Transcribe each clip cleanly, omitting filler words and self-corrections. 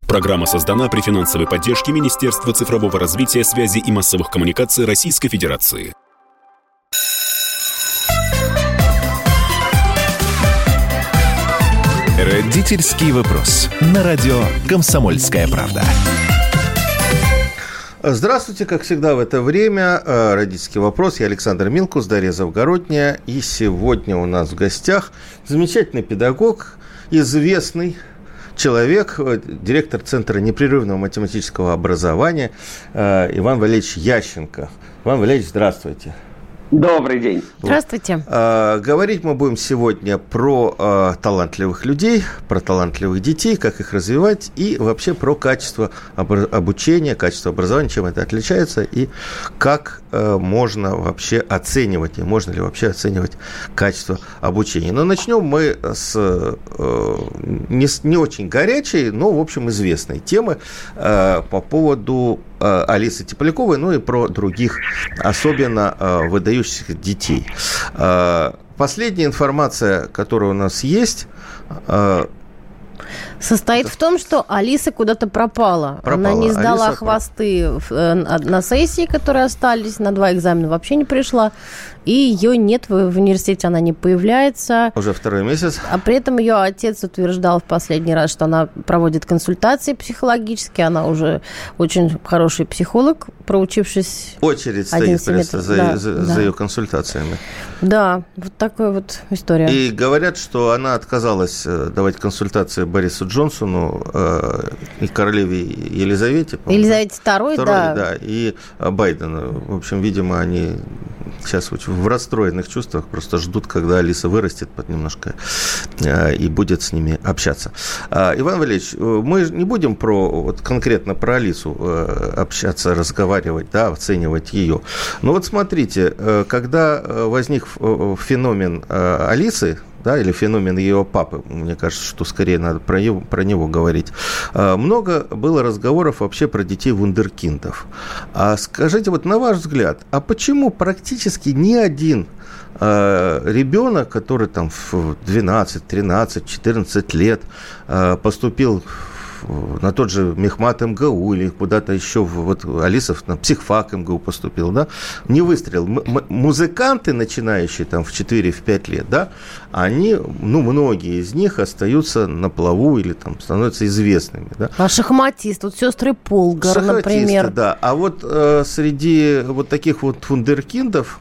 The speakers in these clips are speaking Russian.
Программа создана при финансовой поддержке Министерства цифрового развития, связи и массовых коммуникаций Российской Федерации. Родительский вопрос. На радио «Комсомольская правда». Здравствуйте, как всегда в это время «Родительский вопрос». Я Александр Милкус, Дарья Завгородняя. И сегодня у нас в гостях замечательный педагог, известный человек, директор Центра непрерывного математического образования Иван Валерьевич Ященко. Иван Валерьевич, здравствуйте. Добрый день. Здравствуйте. Говорить мы будем сегодня про талантливых людей, про талантливых детей, как их развивать и вообще про качество обучения, качество образования, чем это отличается и как можно вообще оценивать, и можно ли вообще оценивать качество обучения. Но начнем мы с не очень горячей, но, в общем, известной темы по поводу Алисы Тепляковой, ну и про других, особенно выдающихся детей. Последняя информация, которая у нас есть, состоит в том, что Алиса куда-то пропала. Она не сдала хвосты на сессии, которые остались, на 2 экзамена вообще не пришла. И ее нет в университете, она не появляется. Уже 2-й месяц. А при этом ее отец утверждал в последний раз, что она проводит консультации психологические. Она уже очень хороший психолог, проучившись. Очередь стоит просто за ее консультациями. Да, вот такая вот история. И говорят, что она отказалась давать консультации Борису Джонсону и королеве Елизавете. Елизавете II, да, и Байдену. В общем, видимо, они сейчас в расстроенных чувствах просто ждут, когда Алиса вырастет немножко и будет с ними общаться. Иван Валерьевич, мы не будем конкретно про Алису общаться, разговаривать, да, оценивать ее. Но вот смотрите, когда возник феномен Алисы, да, или феномен ее папы, мне кажется, что скорее надо про него говорить. Много было разговоров вообще про детей вундеркиндов. А скажите, вот на ваш взгляд, а почему практически ни один ребенок, который там в 12, 13, 14 лет поступил на тот же Мехмат МГУ или куда-то еще, вот Алисов на психфак МГУ поступил, да, не выстрелил. Музыканты, начинающие там в 4-5 лет, да, они, многие из них остаются на плаву или там становятся известными, да. А шахматисты, вот сестры Полгар, например. Да, а вот среди вот таких вот вундеркиндов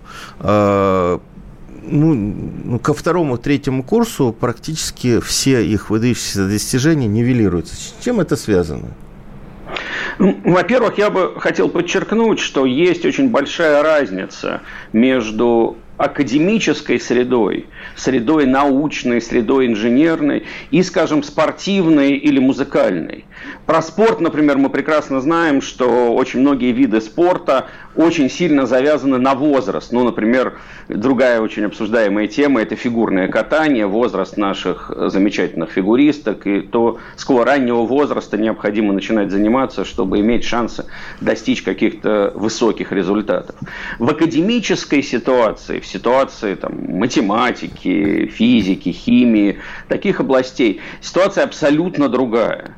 ко 2-3 курсу практически все их выдающиеся достижения нивелируются. С чем это связано? Во-первых, я бы хотел подчеркнуть, что есть очень большая разница между академической средой, средой научной, средой инженерной и, скажем, спортивной или музыкальной. Про спорт, например, мы прекрасно знаем, что очень многие виды спорта очень сильно завязаны на возраст. Например, другая очень обсуждаемая тема – это фигурное катание, возраст наших замечательных фигуристок и то, с какого раннего возраста необходимо начинать заниматься, чтобы иметь шансы достичь каких-то высоких результатов. В академической ситуации, в ситуации математики, физики, химии, таких областей, ситуация абсолютно другая.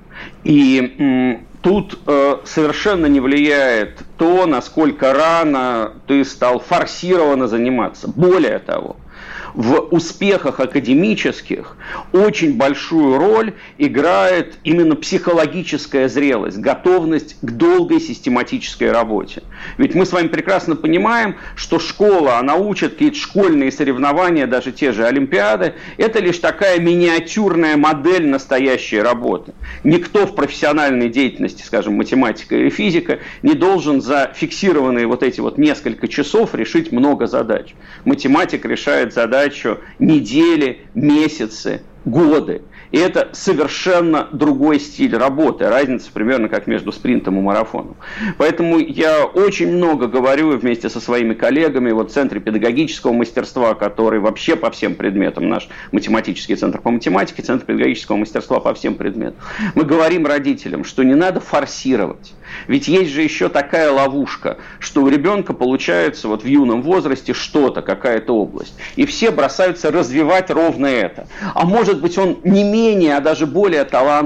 И тут совершенно не влияет то, насколько рано ты стал форсированно заниматься. Более того, в успехах академических очень большую роль играет именно психологическая зрелость, готовность к долгой систематической работе. Ведь мы с вами прекрасно понимаем, что школа, она учит какие-то школьные соревнования, даже те же олимпиады, это лишь такая миниатюрная модель настоящей работы. Никто в профессиональной деятельности, скажем, математика или физика, не должен за фиксированные вот эти вот несколько часов решить много задач. Математик решает задачу недели, месяцы, годы. И это совершенно другой стиль работы. Разница примерно как между спринтом и марафоном. Поэтому я очень много говорю вместе со своими коллегами в Центре педагогического мастерства, который вообще по всем предметам, наш математический центр по математике, Центр педагогического мастерства по всем предметам. Мы говорим родителям, что не надо форсировать. Ведь есть же еще такая ловушка, что у ребенка получается в юном возрасте что-то, какая-то область. И все бросаются развивать ровно это. А может быть, он не менее, а даже более талантлив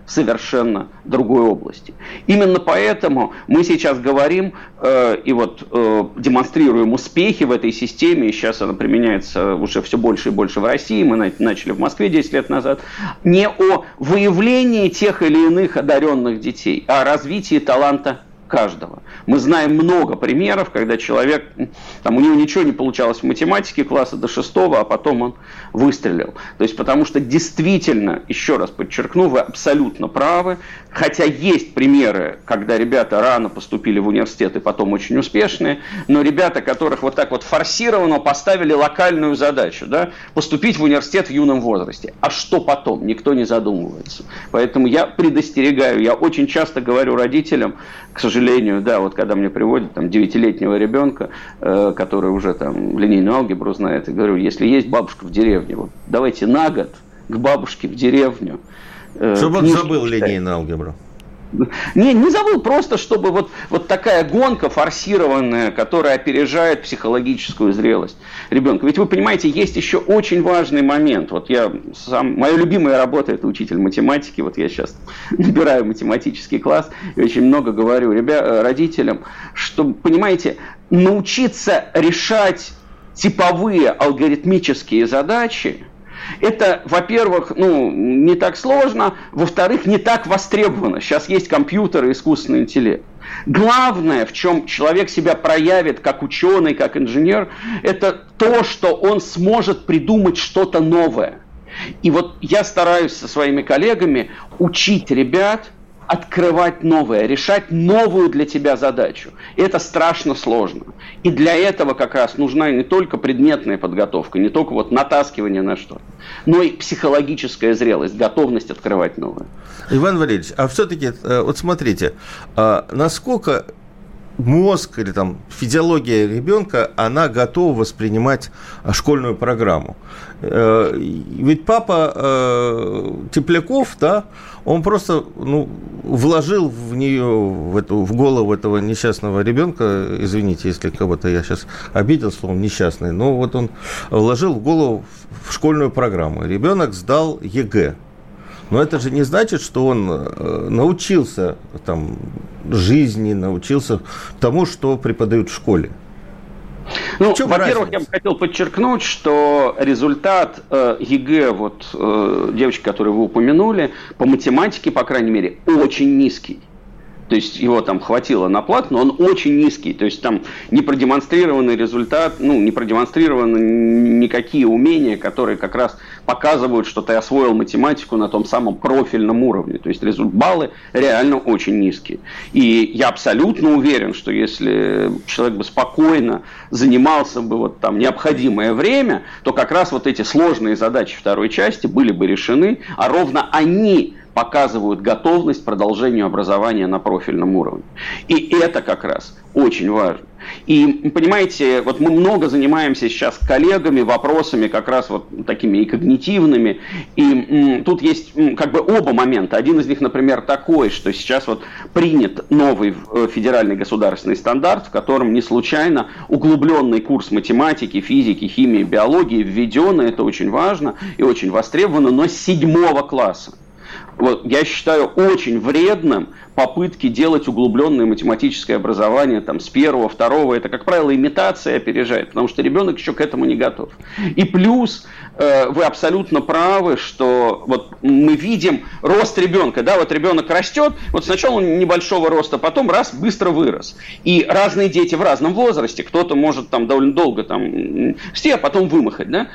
совершенно другой области. Именно поэтому мы сейчас говорим и демонстрируем успехи в этой системе, и сейчас она применяется уже все больше и больше в России, мы начали в Москве 10 лет назад, не о выявлении тех или иных одаренных детей, а о развитии таланта каждого. Мы знаем много примеров, когда человек, у него ничего не получалось в математике класса до 6, а потом он выстрелил. То есть, потому что действительно, еще раз подчеркну, вы абсолютно правы, хотя есть примеры, когда ребята рано поступили в университет и потом очень успешные, но ребята, которых вот так вот форсированно поставили локальную задачу, да, поступить в университет в юном возрасте. А что потом? Никто не задумывается. Поэтому я предостерегаю, я очень часто говорю родителям, к сожалению, да, вот когда мне приводят 9-летнего ребенка, который уже линейную алгебру знает, и говорю, если есть бабушка в деревне, вот, давайте на год к бабушке в деревню. Чтобы он забыл линейную алгебру. Не забыл, просто чтобы вот такая гонка форсированная, которая опережает психологическую зрелость ребенка. Ведь вы понимаете, есть еще очень важный момент. Моя любимая работа – это учитель математики. Вот я сейчас набираю математический класс и очень много говорю родителям, что, понимаете, научиться решать типовые алгоритмические задачи, это, во-первых, не так сложно, во-вторых, не так востребовано. Сейчас есть компьютеры и искусственный интеллект. Главное, в чем человек себя проявит как ученый, как инженер, это то, что он сможет придумать что-то новое. И вот я стараюсь со своими коллегами учить ребят открывать новое, решать новую для тебя задачу. И это страшно сложно. И для этого как раз нужна не только предметная подготовка, не только натаскивание на что-то, но и психологическая зрелость, готовность открывать новое. Иван Валерьевич, а все-таки, вот смотрите, насколько мозг или физиология ребенка, она готова воспринимать школьную программу. Ведь папа Тепляков, да, он просто вложил в нее, в голову этого несчастного ребенка, извините, если кого-то я сейчас обидел словом несчастный, но вот он вложил в голову в школьную программу. Ребенок сдал ЕГЭ. Но это же не значит, что он научился жизни, научился тому, что преподают в школе. Во-первых, я бы хотел подчеркнуть, что результат ЕГЭ, девочки, которую вы упомянули, по математике, по крайней мере, очень низкий. То есть его хватило на плат, но он очень низкий. То есть не продемонстрированный результат, не продемонстрированы никакие умения, которые как раз показывают, что ты освоил математику на том самом профильном уровне. То есть баллы реально очень низкие. И я абсолютно уверен, что если человек бы спокойно занимался бы необходимое время, то как раз эти сложные задачи второй части были бы решены, а ровно они показывают готовность к продолжению образования на профильном уровне. И это как раз очень важно. И, понимаете, мы много занимаемся сейчас коллегами вопросами как раз такими и когнитивными. И тут есть оба момента. Один из них, например, такой, что сейчас принят новый федеральный государственный стандарт, в котором не случайно углубленный курс математики, физики, химии, биологии введен, и это очень важно и очень востребовано, но с 7 класса. Я считаю очень вредным попытки делать углубленное математическое образование с 1, 2. Это, как правило, имитация опережает, потому что ребенок еще к этому не готов. И плюс вы абсолютно правы, что мы видим рост ребенка. Да, ребенок растет, сначала он небольшого роста, потом быстро вырос. И разные дети в разном возрасте. Кто-то может довольно долго расти, а потом вымахать. Да?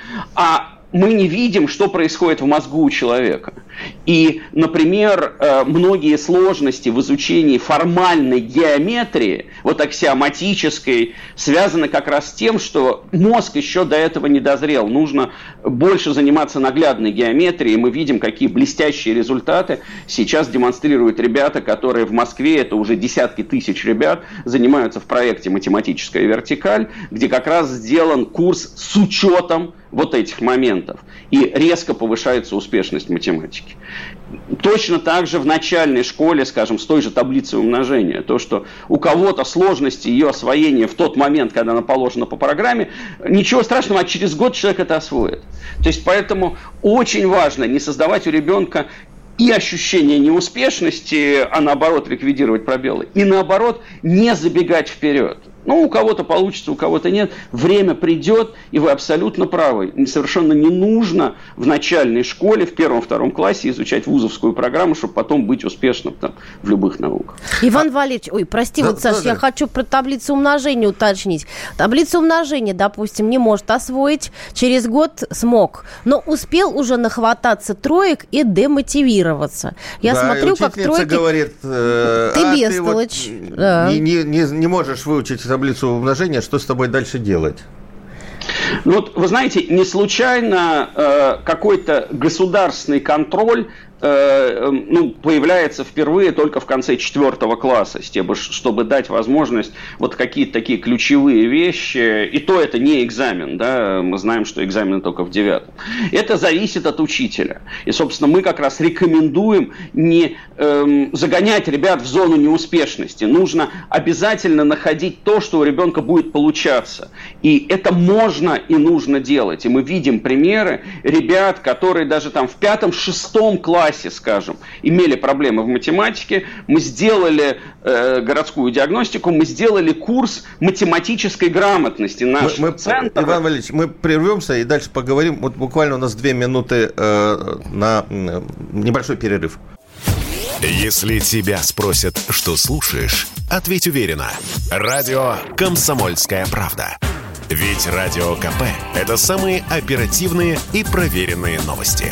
Мы не видим, что происходит в мозгу у человека. И, например, многие сложности в изучении формальной геометрии, аксиоматической, связаны как раз с тем, что мозг еще до этого не дозрел. Нужно больше заниматься наглядной геометрией. Мы видим, какие блестящие результаты сейчас демонстрируют ребята, которые в Москве, это уже десятки тысяч ребят, занимаются в проекте «Математическая вертикаль», где как раз сделан курс с учетом этих моментов. И резко повышается успешность математики. Точно так же в начальной школе, скажем, с той же таблицей умножения. То, что у кого-то сложности ее освоения в тот момент, когда она положена по программе, ничего страшного, а через год человек это освоит. То есть, поэтому очень важно не создавать у ребенка и ощущение неуспешности, а наоборот ликвидировать пробелы, и наоборот не забегать вперед. Ну, у кого-то получится, у кого-то нет. Время придет, и вы абсолютно правы. Совершенно не нужно в начальной школе, в 1-2 классе изучать вузовскую программу, чтобы потом быть успешным там, в любых науках. Иван Валерьевич, Саш, я хочу про таблицу умножения уточнить. Таблицу умножения, допустим, не может освоить, через год смог, но успел уже нахвататься троек и демотивироваться. Я смотрю, как тройки... говорит, ты бестолочь. Не можешь выучить таблицу умножения, что с тобой дальше делать? Ну, вот, вы знаете, не случайно какой-то государственный контроль появляется впервые только в конце 4 класса, чтобы дать возможность вот какие-то такие ключевые вещи, и то это не экзамен, да, мы знаем, что экзамены только в 9. Это зависит от учителя. И, собственно, мы как раз рекомендуем не загонять ребят в зону неуспешности. Нужно обязательно находить то, что у ребенка будет получаться. И это можно и нужно делать. И мы видим примеры ребят, которые даже там в 5-6 классе, скажем, имели проблемы в математике, мы сделали городскую диагностику, мы сделали курс математической грамотности. Наш центр... Иван Валерьевич, мы прервемся и дальше поговорим. Вот буквально у нас 2 минуты на небольшой перерыв. Если тебя спросят, что слушаешь, ответь уверенно. Радио «Комсомольская правда». Ведь Радио КП – это самые оперативные и проверенные новости.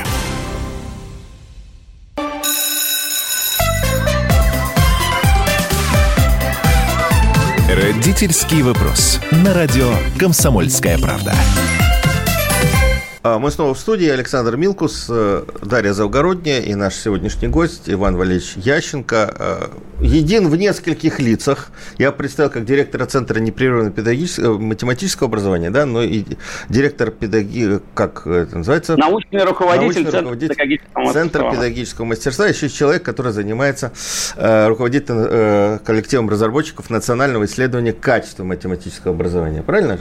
Родительский вопрос. На радио «Комсомольская правда». Мы снова в студии. Александр Милкус, Дарья Завгородняя и наш сегодняшний гость Иван Валерьевич Ященко. Един в нескольких лицах. Я представил как директора Центра непрерывного математического образования, да, но и директор как это называется? Научный руководитель Центра педагогического мастерства. Еще человек, который занимается, руководит коллективом разработчиков национального исследования качества математического образования. Правильно?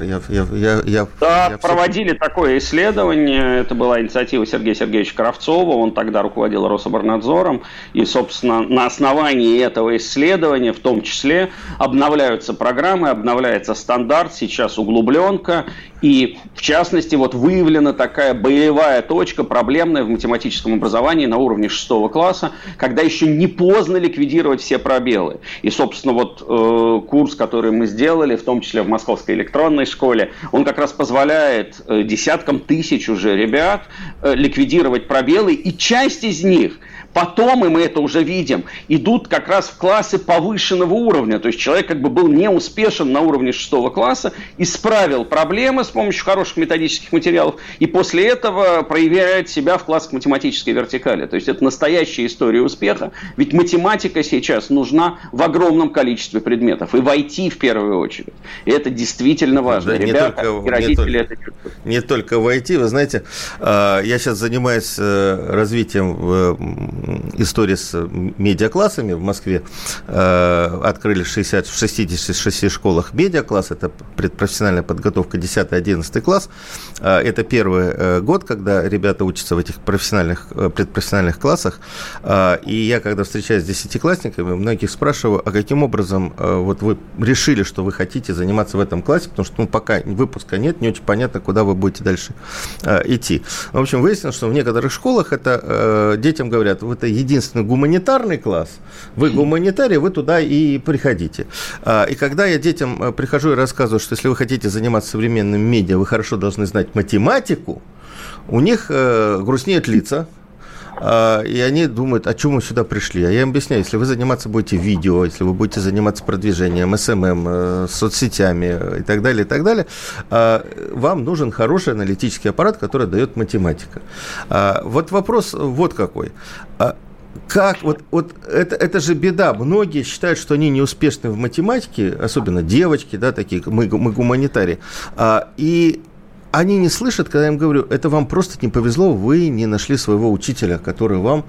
Да, проводили такое исследование. Это была инициатива Сергея Сергеевича Кравцова. Он тогда руководил Рособорнадзором. И, собственно, на основании этого исследования, в том числе, обновляются программы, обновляется стандарт, сейчас углубленка. И, в частности, вот выявлена такая болевая точка, проблемная в математическом образовании на уровне 6 класса, когда еще не поздно ликвидировать все пробелы. И, собственно, вот курс, который мы сделали, в том числе в Московской электронной школе, он как раз позволяет десяткам тысяч уже ребят ликвидировать пробелы, и часть из них потом, и мы это уже видим, идут как раз в классы повышенного уровня. То есть человек как бы был неуспешен на уровне 6 класса, исправил проблемы с помощью хороших методических материалов, и после этого проявляет себя в классах математической вертикали. То есть это настоящая история успеха. Ведь математика сейчас нужна в огромном количестве предметов. И в IT в первую очередь. И это действительно важно. Да, ребята и родители это чувствуют. Не только в IT. Вы знаете, я сейчас занимаюсь развитием истории с медиаклассами в Москве. Открыли в 66 школах медиакласс. Это предпрофессиональная подготовка 10-11 класс. Это первый год, когда ребята учатся в этих предпрофессиональных классах. И я, когда встречаюсь с десятиклассниками, многих спрашиваю, а каким образом вот вы решили, что вы хотите заниматься в этом классе, потому что пока выпуска нет, не очень понятно, куда вы будете дальше идти. В общем, выяснилось, что в некоторых школах это детям говорят, это единственный гуманитарный класс, вы гуманитарий, вы туда и приходите. И когда я детям прихожу и рассказываю, что если вы хотите заниматься современным медиа, вы хорошо должны знать математику, у них грустнеют лица, и они думают, а чему мы сюда пришли? А я им объясняю, если вы заниматься будете видео, если вы будете заниматься продвижением, СММ, соцсетями и так далее, вам нужен хороший аналитический аппарат, который дает математика. Вот вопрос вот какой. Как вот это же беда. Многие считают, что они неуспешны в математике, особенно девочки, да, такие, мы гуманитарии. И они не слышат, когда я им говорю, это вам просто не повезло, вы не нашли своего учителя, который вам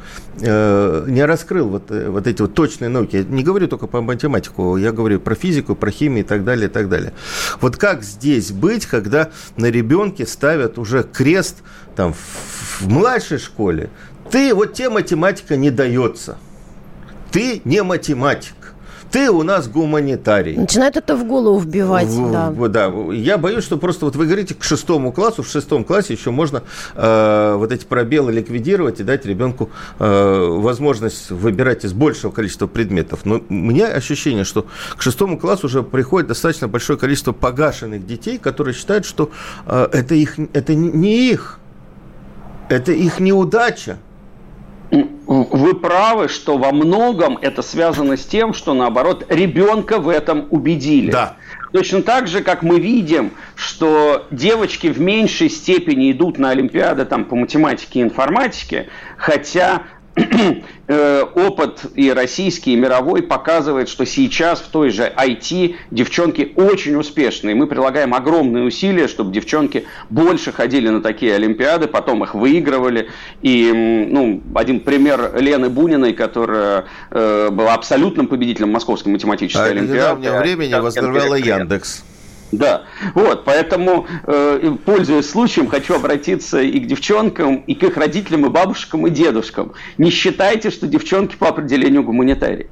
не раскрыл вот эти вот точные науки. Я не говорю только по математику, я говорю про физику, про химию и так далее, и так далее. Вот как здесь быть, когда на ребенке ставят уже крест там, в младшей школе, тебе математика не дается. Ты не математик. Ты у нас гуманитарий. Начинает это в голову вбивать, да. Да. Я боюсь, что просто вот вы говорите к 6 классу, в 6 классе еще можно вот эти пробелы ликвидировать и дать ребенку возможность выбирать из большего количества предметов. Но у меня ощущение, что к 6 классу уже приходит достаточно большое количество погашенных детей, которые считают, что это не их, это их неудача. Вы правы, что во многом это связано с тем, что, наоборот, ребенка в этом убедили. Да. Точно так же, как мы видим, что девочки в меньшей степени идут на олимпиады там, по математике и информатике, хотя опыт и российский, и мировой показывает, что сейчас в той же IT девчонки очень успешные. Мы прилагаем огромные усилия, чтобы девчонки больше ходили на такие олимпиады, потом их выигрывали. И один пример Лены Буниной, которая была абсолютным победителем Московской математической олимпиады. В недавнее время возглавляла Яндекс. Да, поэтому, пользуясь случаем, хочу обратиться и к девчонкам, и к их родителям, и бабушкам, и дедушкам. Не считайте, что девчонки по определению гуманитарии.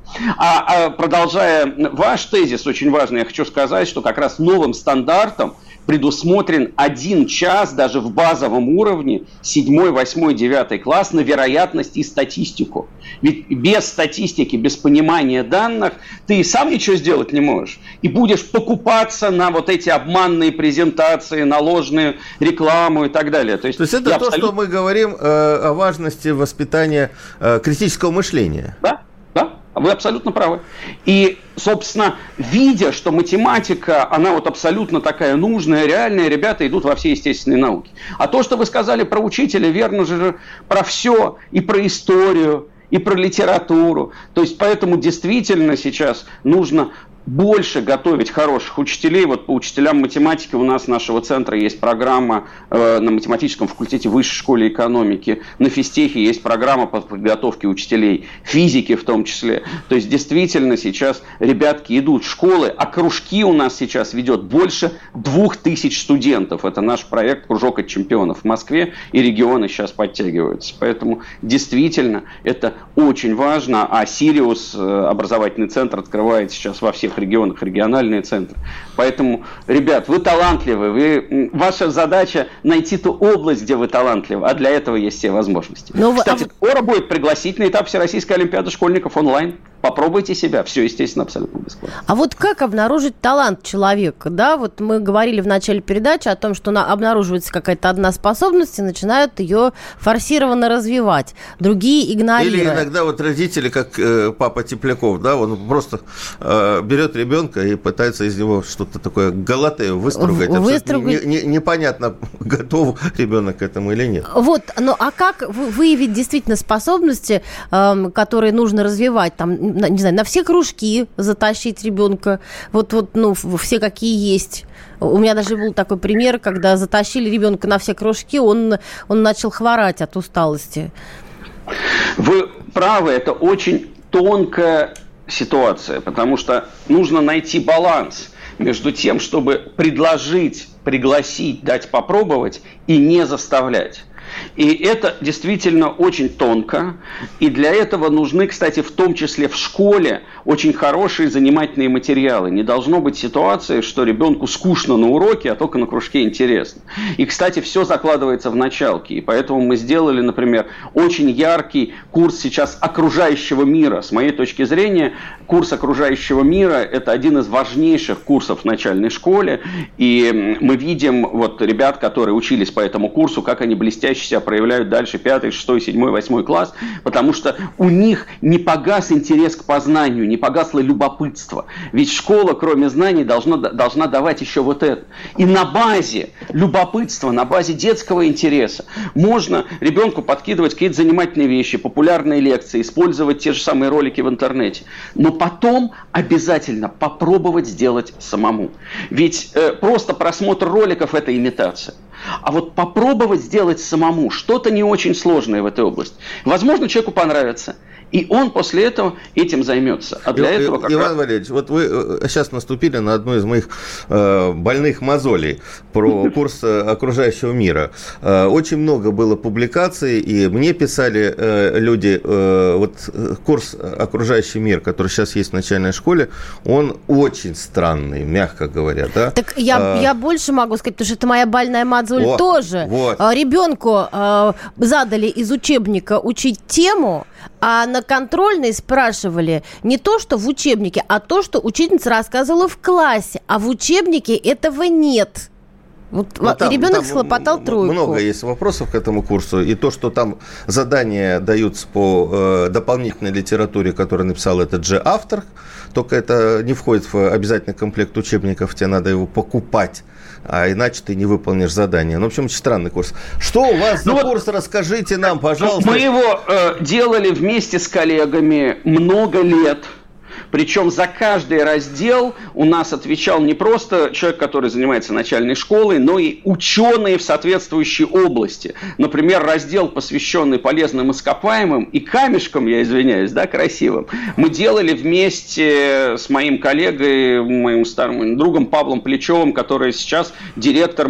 Продолжая ваш тезис, очень важный, я хочу сказать, что как раз новым стандартом предусмотрен 1 час даже в базовом уровне 7, 8, 9 класс на вероятность и статистику. Ведь без статистики, без понимания данных ты сам ничего сделать не можешь. И будешь покупаться на вот эти обманные презентации, на ложную рекламу и так далее. То есть это то, что мы говорим о важности воспитания критического мышления. Да. Вы абсолютно правы. И, собственно, видя, что математика, она вот абсолютно такая нужная, реальная, ребята идут во все естественные науки. А то, что вы сказали про учителя, верно же про все, и про историю, и про литературу. То есть, поэтому действительно сейчас нужно больше готовить хороших учителей. Вот по учителям математики у нас нашего центра есть программа на математическом факультете Высшей школы экономики. На физтехе есть программа по подготовке учителей физики в том числе. То есть действительно сейчас ребятки идут в школы, а кружки у нас сейчас ведет больше 2000 студентов. Это наш проект «Кружок от чемпионов» в Москве, и регионы сейчас подтягиваются. Поэтому действительно это очень важно. А Сириус, образовательный центр, открывает сейчас во всех регионах региональные центры. Поэтому, ребят, вы талантливы. Ваша задача найти ту область, где вы талантливы, а для этого есть все возможности. Кстати, скоро будет пригласить на этап Всероссийской олимпиады школьников онлайн. Попробуйте себя. Все, естественно, абсолютно бесплатно. А вот как обнаружить талант человека? Да, вот мы говорили в начале передачи о том, что обнаруживается какая-то одна способность и начинают ее форсированно развивать. Другие игнорируют. Или иногда вот родители, как папа Тепляков, да, он просто берет ребенка и пытается из него что-то такое галатею выстругать. Непонятно, готов ребенок к этому или нет. Вот, а как выявить действительно способности, которые нужно развивать? Там, не знаю, на все кружки затащить ребенка, все какие есть. У меня даже был такой пример, когда затащили ребенка на все кружки, он начал хворать от усталости. Вы правы, это очень тонкая ситуация, потому что нужно найти баланс между тем, чтобы предложить, пригласить, дать попробовать и не заставлять. И это действительно очень тонко, и для этого нужны, кстати, в том числе в школе очень хорошие занимательные материалы. Не должно быть ситуации, что ребенку скучно на уроке, а только на кружке интересно. И, кстати, все закладывается в началке, и поэтому мы сделали, например, очень яркий курс сейчас окружающего мира. С моей точки зрения, курс окружающего мира – это один из важнейших курсов в начальной школе, и мы видим ребят, которые учились по этому курсу, как они блестяще себя проявляют дальше 5, 6, 7, 8 класс, потому что у них не погас интерес к познанию, не погасло любопытство. Ведь школа, кроме знаний, должна давать еще вот это. И на базе любопытства, на базе детского интереса можно ребенку подкидывать какие-то занимательные вещи, популярные лекции, использовать те же самые ролики в интернете. Но потом обязательно попробовать сделать самому. Ведь просто просмотр роликов – это имитация. А вот попробовать сделать самому что-то не очень сложное в этой области. Возможно, человеку понравится. И он после этого этим займется. А для этого как Иван Валерьевич, вот вы сейчас наступили на одну из моих больных мозолей про курс окружающего мира. Очень много было публикаций, и мне писали люди, вот курс «Окружающий мир», который сейчас есть в начальной школе, он очень странный, мягко говоря. Да? Так я больше могу сказать, потому что это моя больная мозоль тоже. Вот. Ребенку задали из учебника учить тему, а на контрольной спрашивали не то, что в учебнике, а то, что учительница рассказывала в классе. А в учебнике этого нет. Вот ребенок схлопотал тройку. Много есть вопросов к этому курсу. И то, что там задания даются по дополнительной литературе, которую написал этот же автор, только это не входит в обязательный комплект учебников, тебе надо его покупать. А иначе ты не выполнишь задание. Ну, в общем, очень странный курс. Что у вас за курс? Расскажите нам, пожалуйста. Мы его делали вместе с коллегами много лет. Причем за каждый раздел у нас отвечал не просто человек, который занимается начальной школой, но и ученые в соответствующей области. Например, раздел, посвященный полезным ископаемым и камешкам, я извиняюсь, да, красивым, мы делали вместе с моим коллегой, моим старым другом Павлом Плечевым, который сейчас директор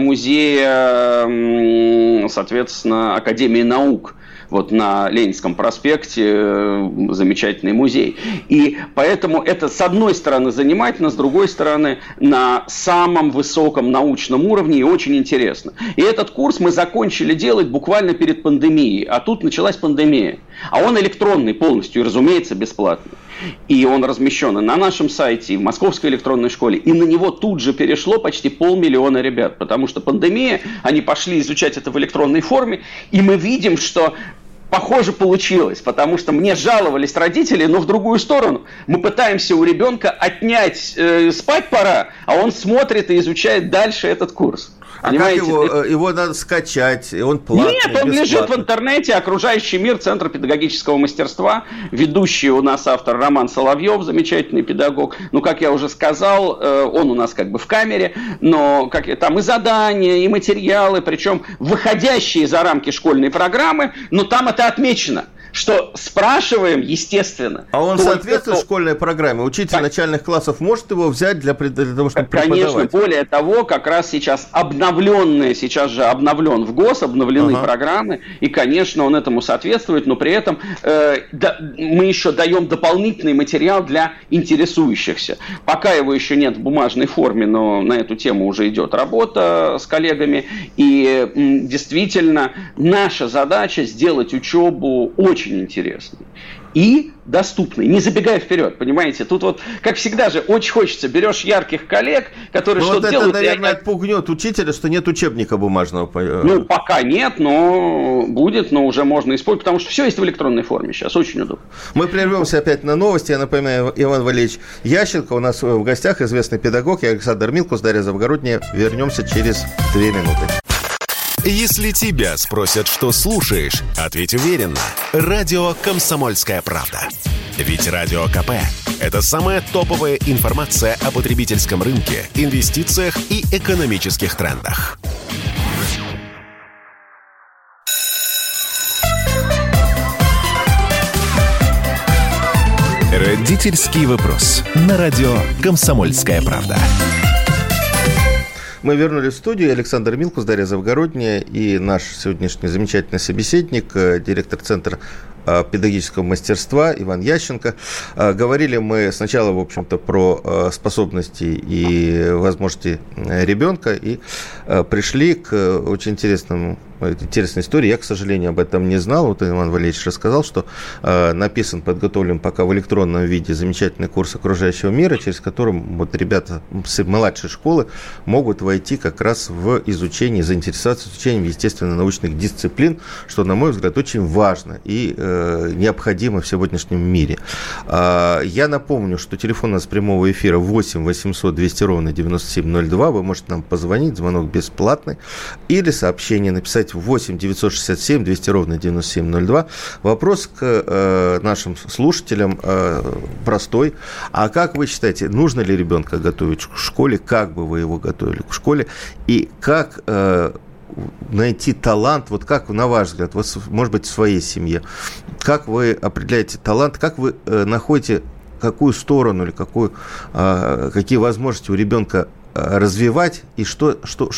музея, соответственно, Академии наук. Вот на Ленинском проспекте замечательный музей. И поэтому это, с одной стороны, занимательно, с другой стороны, на самом высоком научном уровне и очень интересно. И этот курс мы закончили делать буквально перед пандемией. А тут началась пандемия. А он электронный полностью, и, разумеется, бесплатный. И он размещен и на нашем сайте, и в Московской электронной школе. И на него тут же перешло почти 500 000 ребят. Потому что пандемия, они пошли изучать это в электронной форме. И мы видим, что похоже получилось. Потому что мне жаловались родители, но в другую сторону. Мы пытаемся у ребенка отнять, спать пора, а он смотрит и изучает дальше этот курс. А понимаете? Как его надо скачать, и он платный? Нет, он лежит в интернете. «Окружающий мир», Центр педагогического мастерства. Ведущий у нас автор Роман Соловьев, замечательный педагог. Ну, как я уже сказал, он у нас как бы в камере, но там и задания, и материалы, причем выходящие за рамки школьной программы, но там это отмечено. Что спрашиваем, естественно. А он соответствует школьной программе? Учитель начальных классов может его взять для того, чтобы преподавать? Конечно, более того, как раз сейчас обновлен в ГОС, обновлены программы, и, конечно, он этому соответствует, но при этом мы еще даем дополнительный материал для интересующихся. Пока его еще нет в бумажной форме, но на эту тему уже идет работа с коллегами, и действительно наша задача сделать учебу очень интересной и доступной, не забегая вперед, понимаете? Тут вот, как всегда же, очень хочется, берешь ярких коллег, которые что-то делают. Это, наверное, отпугнет учителя, что нет учебника бумажного. Ну, пока нет, но будет, но уже можно использовать, потому что все есть в электронной форме сейчас, очень удобно. Мы прервемся опять на новости. Я напоминаю, Иван Валерьевич Ященко у нас в гостях, известный педагог, я Александр Милкус, Дарья Завгородняя. Вернемся через 2 минуты. Если тебя спросят, что слушаешь, ответь уверенно. Радио «Комсомольская правда». Ведь Радио КП – это самая топовая информация о потребительском рынке, инвестициях и экономических трендах. Родительский вопрос. На радио «Комсомольская правда». Мы вернулись в студию. Александр Милкус, Дарья Завгородняя и наш сегодняшний замечательный собеседник, директор Центра педагогического мастерства Иван Ященко. Говорили мы сначала, в общем-то, про способности и возможности ребенка и пришли к очень интересной истории. Я, к сожалению, об этом не знал. Вот Иван Валерьевич рассказал, что написан, подготовлен пока в электронном виде замечательный курс окружающего мира, через который вот ребята с младшей школы могут войти как раз в изучение, заинтересоваться изучением естественно-научных дисциплин, что, на мой взгляд, очень важно и необходимо в сегодняшнем мире. Я напомню, что телефон у нас прямого эфира 8 800 200 ровно 9702. Вы можете нам позвонить, звонок бесплатный, или сообщение написать 8 967 200 ровно 9702. Вопрос к нашим слушателям простой. А как вы считаете, нужно ли ребенка готовить к школе? Как бы вы его готовили к школе? И как найти талант, вот как, на ваш взгляд, вот, может быть, в своей семье, как вы определяете талант, как вы находите, какую сторону или какие возможности у ребенка развивать и что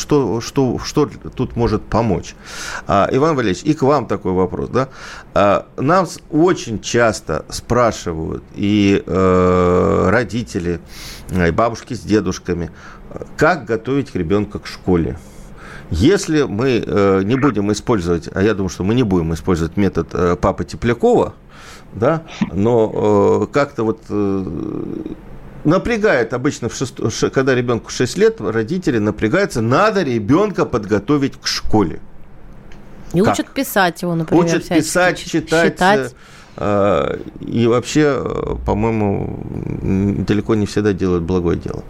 тут может помочь. Иван Валерьевич, и к вам такой вопрос. Да? Нас очень часто спрашивают и родители, и бабушки с дедушками, как готовить ребенка к школе. Если мы не будем использовать, а я думаю, что мы не будем использовать метод папы Теплякова, да, но как-то вот... напрягает обычно, когда ребенку 6 лет, родители напрягаются, надо ребенка подготовить к школе. И учат писать его, например. Учат писать, читать. И вообще, по-моему, далеко не всегда делают благое дело.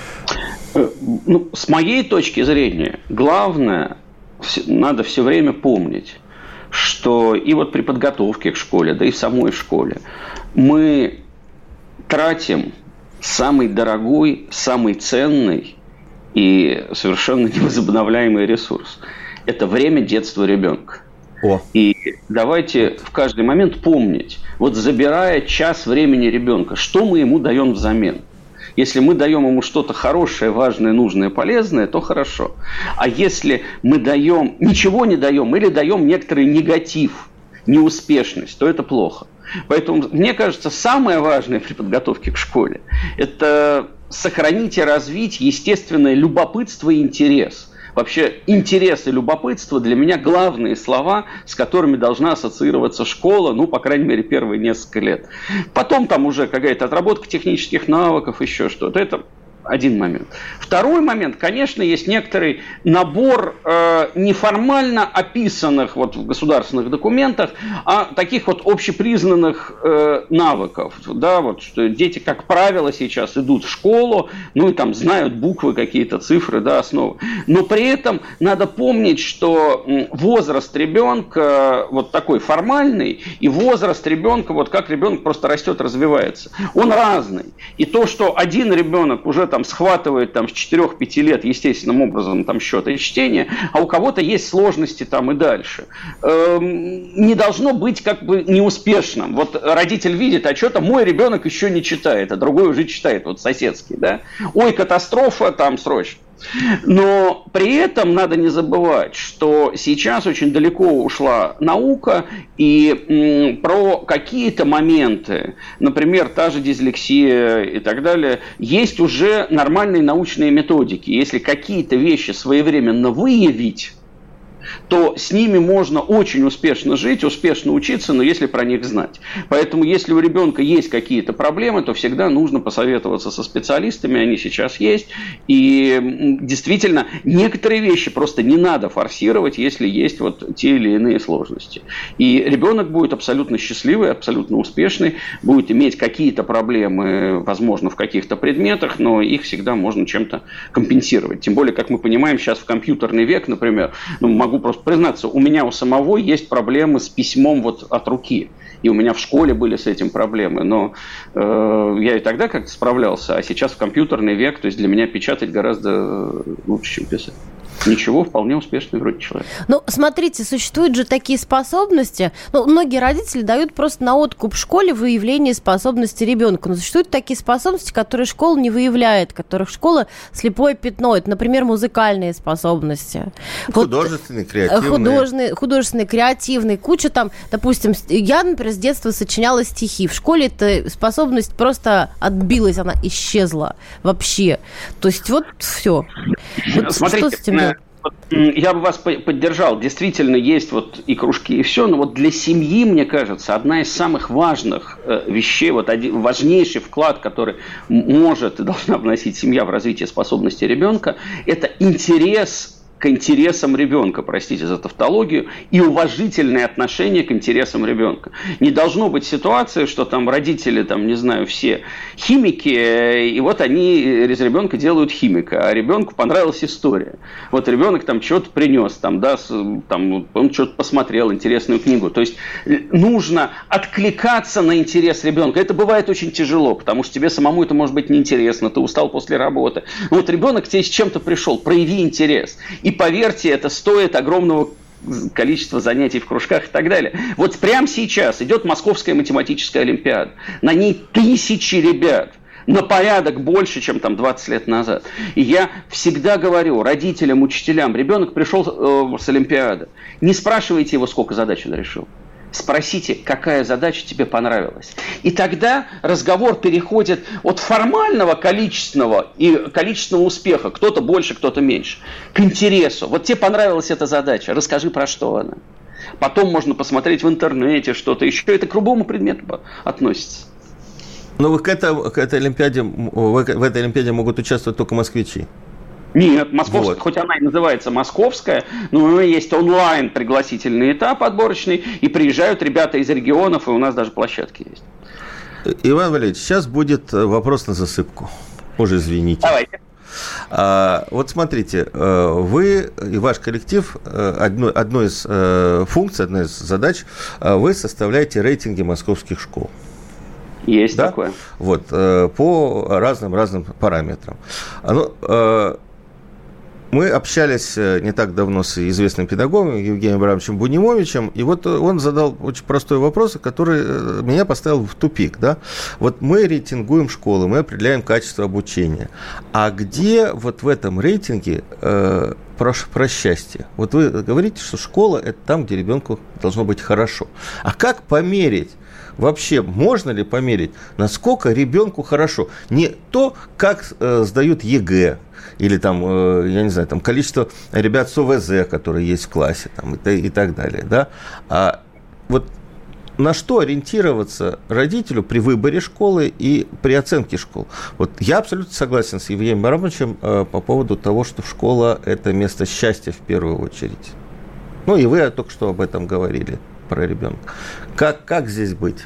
Ну, с моей точки зрения, главное, надо все время помнить, что и вот при подготовке к школе, да и в самой школе, мы тратим самый дорогой, самый ценный и совершенно невозобновляемый ресурс. Это время детства ребенка. И давайте в каждый момент помнить, вот забирая час времени ребенка, что мы ему даем взамен. Если мы даем ему что-то хорошее, важное, нужное, полезное, то хорошо. А если мы ничего не даем или даем некоторый негатив, неуспешность, то это плохо. Поэтому, мне кажется, самое важное при подготовке к школе – это сохранить и развить естественное любопытство и интерес. Вообще, интерес и любопытство для меня главные слова, с которыми должна ассоциироваться школа, ну, по крайней мере, первые несколько лет. Потом там уже какая-то отработка технических навыков, еще что-то. Это один момент. Второй момент, конечно, есть некоторый набор неформально описанных вот в государственных документах, а таких вот общепризнанных навыков. Да, вот, что дети, как правило, сейчас идут в школу, ну и там знают буквы, какие-то цифры, да, основы. Но при этом надо помнить, что возраст ребенка вот такой формальный, и возраст ребенка, вот как ребенок просто растет, развивается, он разный. И то, что один ребенок уже там схватывает там, с 4-5 лет естественным образом там, счет и чтение, а у кого-то есть сложности там и дальше. Не должно быть как бы неуспешным. Вот родитель видит, а что-то мой ребенок еще не читает, а другой уже читает, вот соседский. Да? Ой, катастрофа, там срочно. Но при этом надо не забывать, что сейчас очень далеко ушла наука, и про какие-то моменты, например, та же дислексия и так далее, есть уже нормальные научные методики. Если какие-то вещи своевременно выявить, то с ними можно очень успешно жить, успешно учиться, но если про них знать. Поэтому, если у ребенка есть какие-то проблемы, то всегда нужно посоветоваться со специалистами, они сейчас есть. И действительно, некоторые вещи просто не надо форсировать, если есть вот те или иные сложности. И ребенок будет абсолютно счастливый, абсолютно успешный, будет иметь какие-то проблемы, возможно, в каких-то предметах, но их всегда можно чем-то компенсировать. Тем более, как мы понимаем, сейчас в компьютерный век, например, могу просто признаться, у меня у самого есть проблемы с письмом вот от руки. И у меня в школе были с этим проблемы. Но я и тогда как-то справлялся, а сейчас в компьютерный век, то есть для меня печатать гораздо лучше, чем писать. Ничего, вполне успешный вроде человек. Ну, смотрите, существуют же такие способности. Ну, многие родители дают просто на откуп в школе выявление способности ребенка. Но существуют такие способности, которые школа не выявляет, которых школа слепое пятно. Это, например, музыкальные способности. Художественные, креативные. Художественные, креативные. Куча там, допустим, я, например, с детства сочиняла стихи. В школе эта способность просто отбилась, она исчезла вообще. То есть вот все. Вот смотрите, что с этим делать? Я бы вас поддержал. Действительно, есть вот и кружки, и все. Но вот для семьи, мне кажется, одна из самых важных вещей, вот важнейший вклад, который может и должна вносить семья в развитие способностей ребенка, это интерес к интересам ребенка, простите за тавтологию, и уважительное отношение к интересам ребенка. Не должно быть ситуации, что там родители, там, не знаю, все химики, и вот они из ребенка делают химика, а ребенку понравилась история. Вот ребенок там что-то принес, там, да, там, он что-то посмотрел, интересную книгу. То есть нужно откликаться на интерес ребенка. Это бывает очень тяжело, потому что тебе самому это может быть неинтересно, ты устал после работы. Вот ребенок к тебе с чем-то пришел, прояви интерес. И поверьте, это стоит огромного количество занятий в кружках и так далее. Вот прямо сейчас идет Московская математическая олимпиада. На ней тысячи ребят. На порядок больше, чем там 20 лет назад. И я всегда говорю родителям, учителям, ребенок пришел с олимпиады. Не спрашивайте его, сколько задач он решил. Спросите, какая задача тебе понравилась. И тогда разговор переходит от формального количественного и количественного успеха, кто-то больше, кто-то меньше, к интересу. Вот тебе понравилась эта задача, расскажи, про что она. Потом можно посмотреть в интернете что-то еще. Это к любому предмету относится. Но в этой олимпиаде могут участвовать только москвичи. Нет, московская, вот. Хоть она и называется московская, но есть онлайн пригласительный этап отборочный, и приезжают ребята из регионов, и у нас даже площадки есть. Иван Валерьевич, сейчас будет вопрос на засыпку. Уже извините. Давайте. Вот смотрите, вы и ваш коллектив, одной из функций, одной из задач, вы составляете рейтинги московских школ. Есть, да? Такое. Вот, по разным параметрам. Мы общались не так давно с известным педагогом Евгением Абрамовичем Бунимовичем, и вот он задал очень простой вопрос, который меня поставил в тупик. Да? Вот мы рейтингуем школы, мы определяем качество обучения. А где вот в этом рейтинге про счастье? Вот вы говорите, что школа – это там, где ребенку должно быть хорошо. А как померить? Вообще, можно ли померить, насколько ребенку хорошо? Не то, как сдают ЕГЭ, или там, я не знаю, там количество ребят с ОВЗ, которые есть в классе, там, и так далее, да? А вот на что ориентироваться родителю при выборе школы и при оценке школ? Вот я абсолютно согласен с Евгением Абрамовичем по поводу того, что школа – это место счастья в первую очередь. Ну, и вы только что об этом говорили. Про ребенка. Как здесь быть?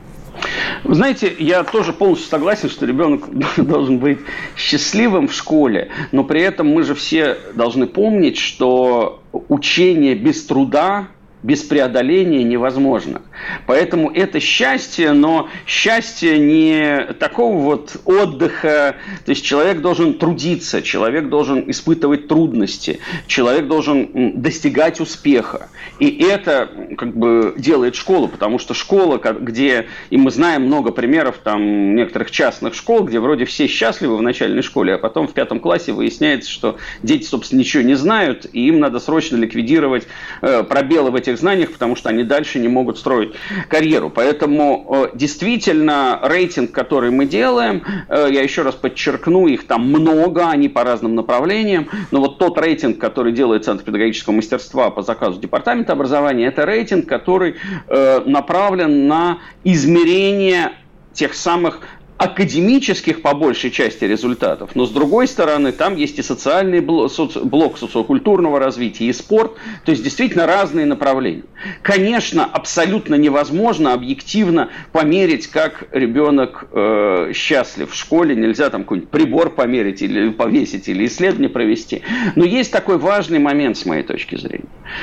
Вы знаете, я тоже полностью согласен, что ребенок должен быть счастливым в школе, но при этом мы же все должны помнить, что учение без труда, без преодоления невозможно. Поэтому это счастье, но счастье не такого вот отдыха. То есть человек должен трудиться, человек должен испытывать трудности, человек должен достигать успеха. И это как бы делает школа, потому что школа, где, и мы знаем много примеров там некоторых частных школ, где вроде все счастливы в начальной школе, а потом в 5 классе выясняется, что дети, собственно, ничего не знают, и им надо срочно ликвидировать пробелы в этих знаниях, потому что они дальше не могут строить карьеру. Поэтому действительно рейтинг, который мы делаем, я еще раз подчеркну, их там много, они по разным направлениям, но вот тот рейтинг, который делает Центр педагогического мастерства по заказу Департамента образования, это рейтинг, который направлен на измерение тех самых академических, по большей части, результатов. Но, с другой стороны, там есть и социальный блок социокультурного развития, и спорт. То есть, действительно, разные направления. Конечно, абсолютно невозможно объективно померить, как ребенок счастлив в школе. Нельзя там какой-нибудь прибор померить, или повесить, или исследование провести. Но есть такой важный момент, с моей точки зрения,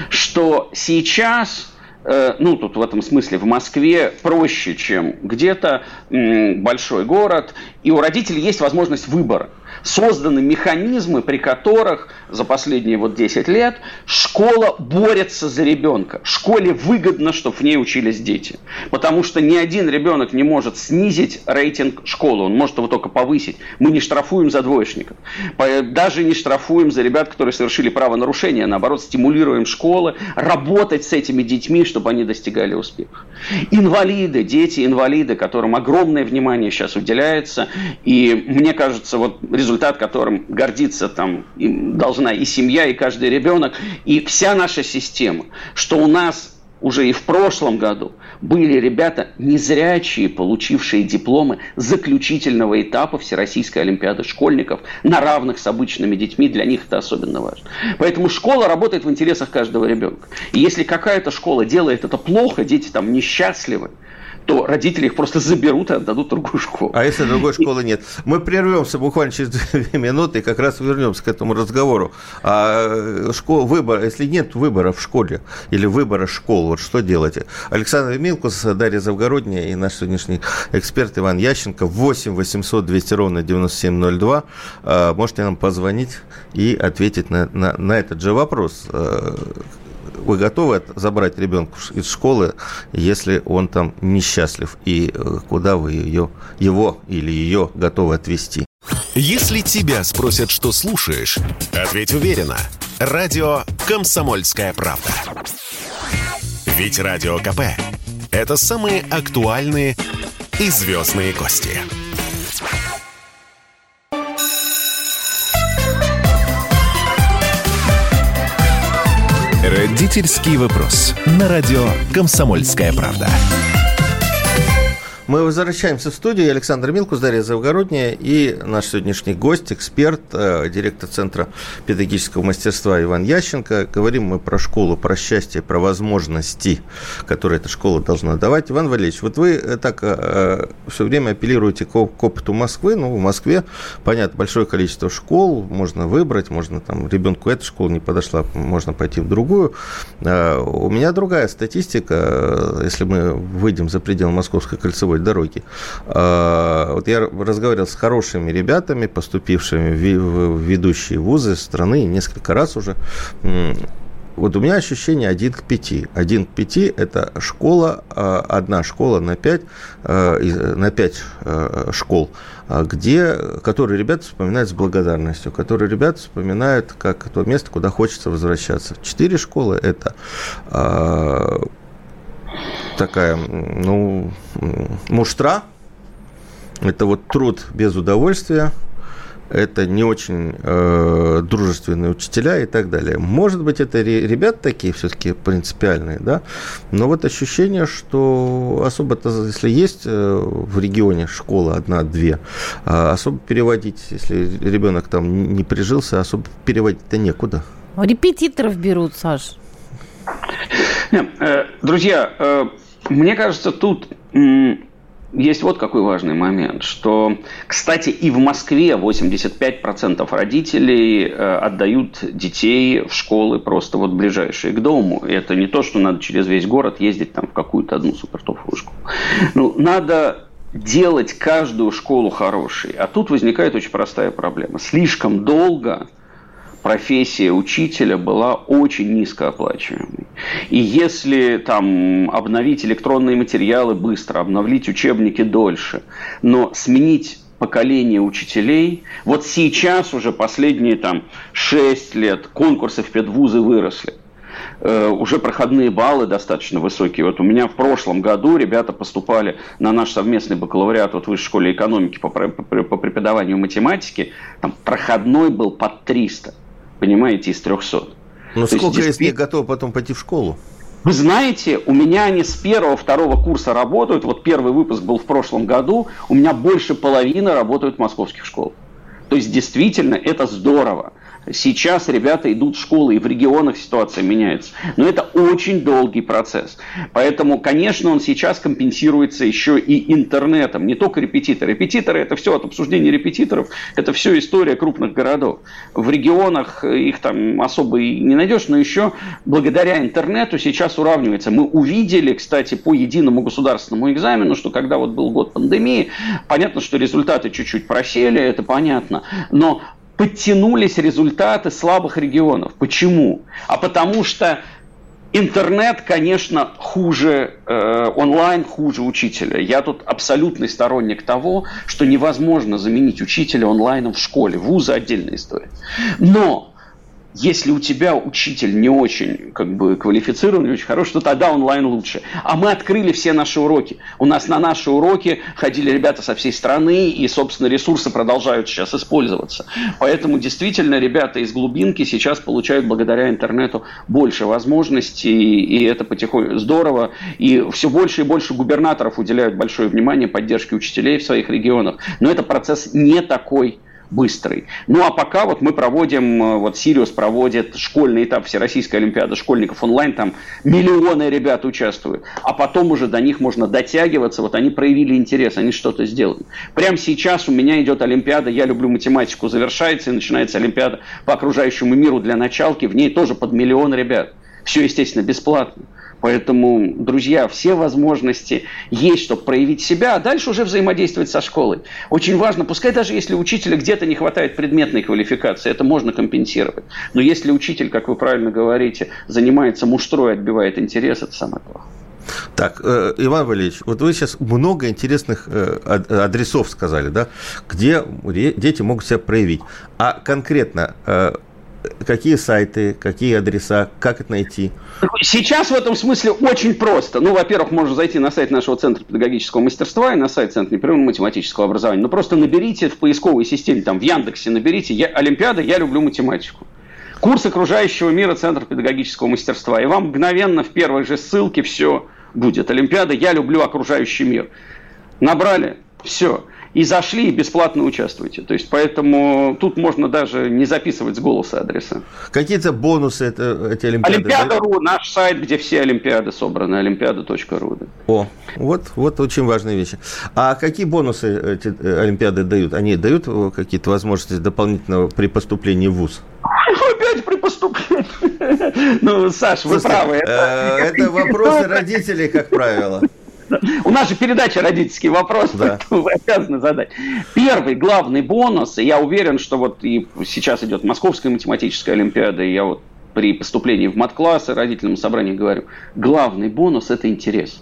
что сейчас... Ну, тут в этом смысле в Москве проще, чем где-то, большой город, и у родителей есть возможность выбора. Созданы механизмы, при которых за последние 10 лет школа борется за ребенка. Школе выгодно, чтобы в ней учились дети. Потому что ни один ребенок не может снизить рейтинг школы, он может его только повысить. Мы не штрафуем за двоечников. Даже не штрафуем за ребят, которые совершили правонарушение. Наоборот, стимулируем школы работать с этими детьми, чтобы они достигали успеха. Инвалиды, дети-инвалиды, которым огромное внимание сейчас уделяется. И мне кажется, результат, которым гордиться должна и семья, и каждый ребенок, и вся наша система, что у нас уже и в прошлом году были ребята незрячие, получившие дипломы заключительного этапа Всероссийской олимпиады школьников на равных с обычными детьми. Для них это особенно важно. Поэтому школа работает в интересах каждого ребенка. И если какая-то школа делает это плохо, дети там несчастливы, то родители их просто заберут и отдадут в другую школу. А если другой школы нет? Мы прервемся буквально через 2 минуты и как раз вернемся к этому разговору. Выбор, если нет выбора в школе или выбора школ, вот что делать? Александр Милкус, Дарья Завгородняя и наш сегодняшний эксперт Иван Ященко. 8 800 200 ровно 9702. Можете нам позвонить и ответить на этот же вопрос. Вы готовы забрать ребенка из школы, если он там несчастлив? И куда вы его или ее готовы отвезти? Если тебя спросят, что слушаешь, ответь уверенно. Радио «Комсомольская правда». Ведь Радио КП – это самые актуальные и звездные гости. Родительский вопрос. На радио «Комсомольская правда». Мы возвращаемся в студию. Александр Милкус, Дарья Завгородняя и наш сегодняшний гость, эксперт, директор Центра педагогического мастерства Иван Ященко. Говорим мы про школу, про счастье, про возможности, которые эта школа должна давать. Иван Валерьевич, вот вы так все время апеллируете к опыту Москвы. Ну, в Москве, понятно, большое количество школ, можно выбрать, можно там ребенку эта школа не подошла, можно пойти в другую. У меня другая статистика, если мы выйдем за пределы Московской кольцевой дороги. Вот я разговаривал с хорошими ребятами, поступившими в ведущие вузы страны, несколько раз уже. Вот у меня ощущение 1 к 5. 1 к 5 – это школа, одна школа на 5 школ, которые ребята вспоминают с благодарностью, которые ребята вспоминают как то место, куда хочется возвращаться. 4 школы – это такая, муштра, это вот труд без удовольствия, это не очень дружественные учителя и так далее. Может быть, это ребята такие все-таки принципиальные, да, но вот ощущение, что особо-то, если есть в регионе школа 1-2, особо переводить, если ребенок там не прижился, особо переводить-то некуда. Репетиторов берут, Саш. Друзья, мне кажется, тут есть вот какой важный момент, что, кстати, и в Москве 85% родителей отдают детей в школы просто вот ближайшие к дому. И это не то, что надо через весь город ездить там в какую-то одну супертоповую школу. Надо делать каждую школу хорошей. А тут возникает очень простая проблема. Слишком долго профессия учителя была очень низкооплачиваемой. И если там обновить электронные материалы быстро, обновить учебники дольше, но сменить поколение учителей, вот сейчас уже последние 6 лет конкурсы в педвузы выросли. Уже проходные баллы достаточно высокие. Вот у меня в прошлом году ребята поступали на наш совместный бакалавриат в Высшей школе экономики по преподаванию математики. Там проходной был под 300. Понимаете, из 300. Но сколько из них готовы потом пойти в школу? Вы знаете, у меня они с 1-2 курса работают. Вот первый выпуск был в прошлом году. У меня больше половины работают в московских школах. То есть, действительно, это здорово. Сейчас ребята идут в школы, и в регионах ситуация меняется. Но это очень долгий процесс. Поэтому, конечно, он сейчас компенсируется еще и интернетом. Не только репетиторы. Репетиторы – это все от обсуждения репетиторов. Это все история крупных городов. В регионах их там особо и не найдешь, но еще благодаря интернету сейчас уравнивается. Мы увидели, кстати, по единому государственному экзамену, что когда вот был год пандемии, понятно, что результаты чуть-чуть просели, это понятно, но подтянулись результаты слабых регионов. Почему? А потому что интернет, конечно, хуже, онлайн хуже учителя. Я тут абсолютный сторонник того, что невозможно заменить учителя онлайном в школе. Вузы – отдельная история. Но если у тебя учитель не очень квалифицированный, не очень хороший, то тогда онлайн лучше. А мы открыли все наши уроки. У нас на наши уроки ходили ребята со всей страны, и, собственно, ресурсы продолжают сейчас использоваться. Поэтому, действительно, ребята из глубинки сейчас получают благодаря интернету больше возможностей, и это потихоньку здорово. И все больше и больше губернаторов уделяют большое внимание поддержке учителей в своих регионах. Но это процесс не такой быстрый. Ну, а пока вот мы проводим, вот Сириус проводит школьный этап Всероссийской Олимпиады школьников онлайн, там миллионы ребят участвуют, а потом уже до них можно дотягиваться, вот они проявили интерес, они что-то сделали. Прямо сейчас у меня идет Олимпиада «Я люблю математику», завершается, и начинается Олимпиада по окружающему миру для началки, в ней тоже под миллион ребят. Все, естественно, бесплатно. Поэтому, друзья, все возможности есть, чтобы проявить себя, а дальше уже взаимодействовать со школой. Очень важно, пускай даже если у учителя где-то не хватает предметной квалификации, это можно компенсировать. Но если учитель, как вы правильно говорите, занимается муштрой, отбивает интерес, это самое плохое. Так, Иван Валерьевич, вот вы сейчас много интересных адресов сказали, да, где дети могут себя проявить. А конкретно какие сайты, какие адреса, как это найти? Сейчас в этом смысле очень просто. Ну, во-первых, можно зайти на сайт нашего Центра педагогического мастерства и на сайт Центра непрерывного математического образования. Но просто наберите в поисковой системе, там в Яндексе наберите «Олимпиада, я люблю математику». Курс окружающего мира Центра педагогического мастерства. И вам мгновенно в первой же ссылке все будет. Олимпиада, я люблю окружающий мир. Набрали, все. И зашли, и бесплатно участвуйте. То есть, поэтому тут можно даже не записывать с голоса адреса. Какие-то бонусы эти Олимпиады? Олимпиада.ру, наш сайт, где все Олимпиады собраны, олимпиада.ру. О, вот очень важные вещи. А какие бонусы эти Олимпиады дают? Они дают какие-то возможности дополнительного при поступлении в ВУЗ? Опять при поступлении. Ну, Саш, вы правы. Это вопросы родителей, как правило. У нас же передача «Родительский вопрос», да. Вы обязаны задать. Первый главный бонус, и я уверен, что вот и сейчас идет Московская математическая олимпиада, и я вот при поступлении в мат-классы родительному собранию говорю, главный бонус – это интерес.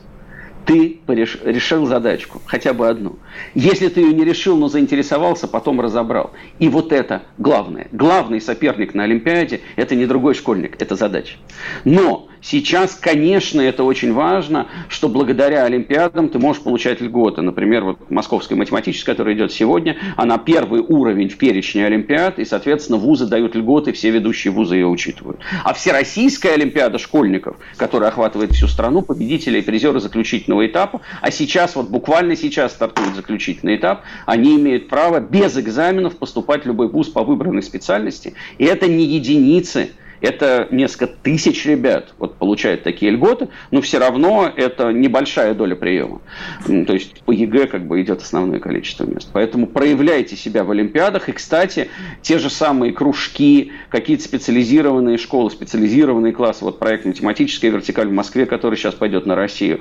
Ты решил задачку, хотя бы одну. Если ты ее не решил, но заинтересовался, потом разобрал. И вот это главное. Главный соперник на Олимпиаде – это не другой школьник, это задача. Но сейчас, конечно, это очень важно, что благодаря Олимпиадам ты можешь получать льготы. Например, вот Московская математическая, которая идет сегодня, она первый уровень в перечне Олимпиад, и, соответственно, вузы дают льготы, все ведущие вузы ее учитывают. А Всероссийская Олимпиада школьников, которая охватывает всю страну, победители и призеры заключительного этапа, а сейчас, вот буквально сейчас стартует заключительный этап, они имеют право без экзаменов поступать в любой вуз по выбранной специальности. И это не единицы, это несколько тысяч ребят вот, получают такие льготы, но все равно это небольшая доля приема. То есть по ЕГЭ как бы идет основное количество мест. Поэтому проявляйте себя в Олимпиадах. И, кстати, те же самые кружки, какие-то специализированные школы, специализированные классы, вот проект «Математическая вертикаль» в Москве, который сейчас пойдет на Россию,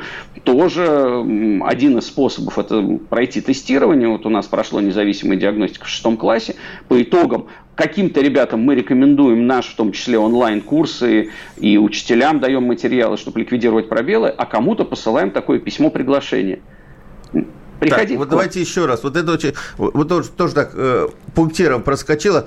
тоже один из способов это пройти тестирование. Вот у нас прошло независимая диагностика в 6 классе. По итогам каким-то ребятам мы рекомендуем наши, в том числе онлайн-курсы, и учителям даем материалы, чтобы ликвидировать пробелы, а кому-то посылаем такое письмо приглашения. Приходи. Так, вот давайте еще раз. Вот это очень, вот тоже так пунктиром проскочило.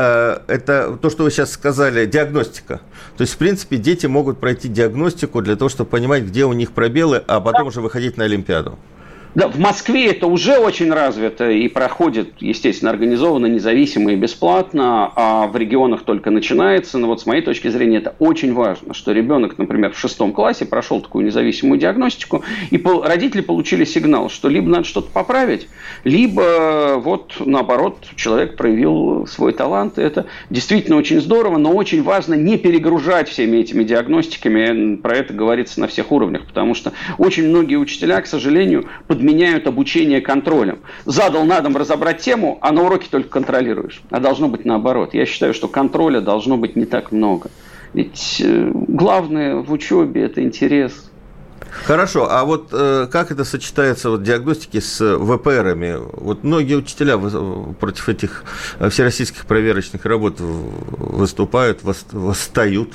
Это то, что вы сейчас сказали, диагностика. То есть, в принципе, дети могут пройти диагностику для того, чтобы понимать, где у них пробелы, а потом уже выходить на Олимпиаду. Да, в Москве это уже очень развито и проходит, естественно, организованно, независимо и бесплатно, а в регионах только начинается. Но вот с моей точки зрения это очень важно, что ребенок, например, в 6 классе прошел такую независимую диагностику, и родители получили сигнал, что либо надо что-то поправить, либо вот наоборот человек проявил свой талант. Это действительно очень здорово, но очень важно не перегружать всеми этими диагностиками. Про это говорится на всех уровнях, потому что очень многие учителя, к сожалению, подменяют обучение контролем. Задал на дом разобрать тему, а на уроке только контролируешь. А должно быть наоборот. Я считаю, что контроля должно быть не так много. Ведь главное в учебе – это интерес. Хорошо, а вот как это сочетается вот, диагностики с ВПРами? Вот многие учителя против этих всероссийских проверочных работ выступают, восстают.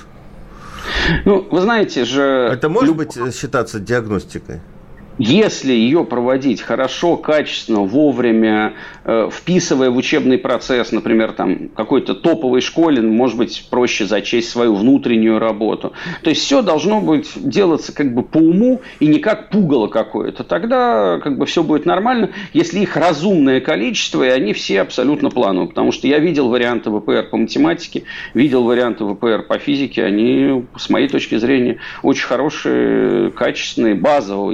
Ну, вы знаете же... Это может быть считаться диагностикой? Если ее проводить хорошо, качественно, вовремя, вписывая в учебный процесс, например, там, какой-то топовой школе, может быть, проще зачесть свою внутреннюю работу. То есть все должно быть делаться как бы по уму и не как пугало какое-то. Тогда как бы все будет нормально, если их разумное количество, и они все абсолютно плановые. Потому что я видел варианты ВПР по математике, видел варианты ВПР по физике. Они, с моей точки зрения, очень хорошие, качественные, базового, естественно,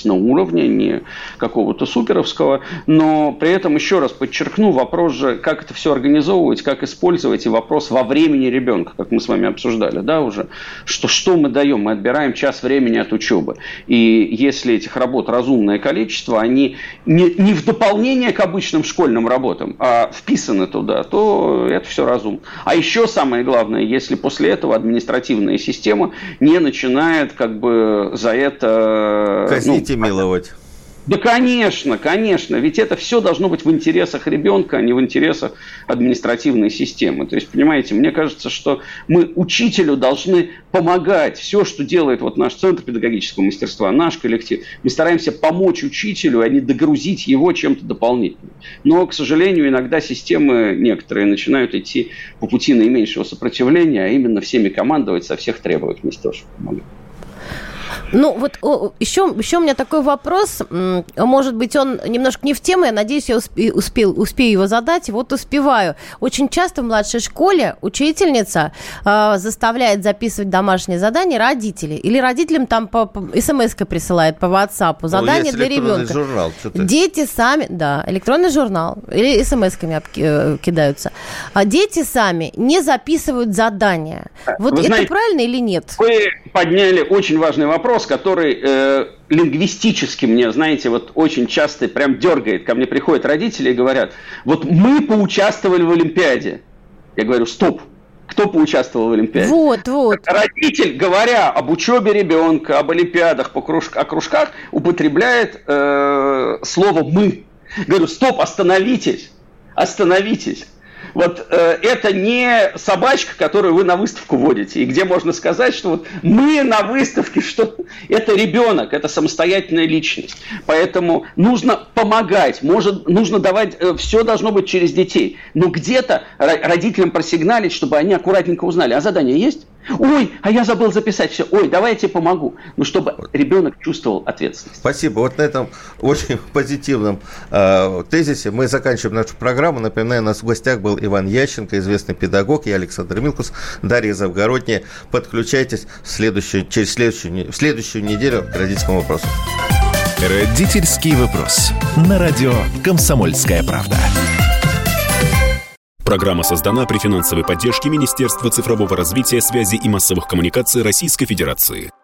отечественного уровня, не какого-то суперовского, но при этом, еще раз подчеркну, вопрос же, как это все организовывать, как использовать, и вопрос во времени ребенка, как мы с вами обсуждали, да, уже, что мы даем, мы отбираем час времени от учебы, и если этих работ разумное количество, они не в дополнение к обычным школьным работам, а вписаны туда, то это все разумно. А еще самое главное, если после этого административная система не начинает как бы за это... Казнить и миловать. Да, конечно, конечно. Ведь это все должно быть в интересах ребенка, а не в интересах административной системы. То есть, понимаете, мне кажется, что мы учителю должны помогать. Все, что делает вот наш Центр педагогического мастерства, наш коллектив, мы стараемся помочь учителю, а не догрузить его чем-то дополнительным. Но, к сожалению, иногда системы некоторые начинают идти по пути наименьшего сопротивления, а именно всеми командовать, со всех требовать вместо того, чтобы помогать. Ну, вот еще у меня такой вопрос. Может быть, он немножко не в тему. Я надеюсь, я успею его задать. И вот успеваю. Очень часто в младшей школе учительница заставляет записывать домашние задания родителей. Или родителям там смс-кой присылает по WhatsApp задание для ребенка. Журнал, дети сами... Да, электронный журнал. Или смс-ками кидаются. А дети сами не записывают задания. Вот вы это знаете, правильно или нет? Вы подняли очень важный вопрос, который лингвистически мне, знаете, вот очень часто прям дергает. Ко мне приходят родители и говорят, вот мы поучаствовали в Олимпиаде. Я говорю, стоп, кто поучаствовал в Олимпиаде? Вот. Родитель, говоря об учебе ребенка, об Олимпиадах, о кружках, употребляет слово «мы». Говорю, стоп, остановитесь. Вот это не собачка, которую вы на выставку водите, и где можно сказать, что вот мы на выставке, что это ребенок, это самостоятельная личность. Поэтому нужно помогать, нужно давать, все должно быть через детей. Но где-то родителям просигналить, чтобы они аккуратненько узнали, а задание есть? Ой, а я забыл записать все. Ой, давай я тебе помогу. Ну, чтобы ребенок чувствовал ответственность. Спасибо. Вот на этом очень позитивном тезисе мы заканчиваем нашу программу. Напоминаю, у нас в гостях был Иван Ященко, известный педагог, я Александр Милкус, Дарья Завгородняя. Подключайтесь в следующую неделю к родительскому вопросу. Родительский вопрос. На радио «Комсомольская правда». Программа создана при финансовой поддержке Министерства цифрового развития, связи и массовых коммуникаций Российской Федерации.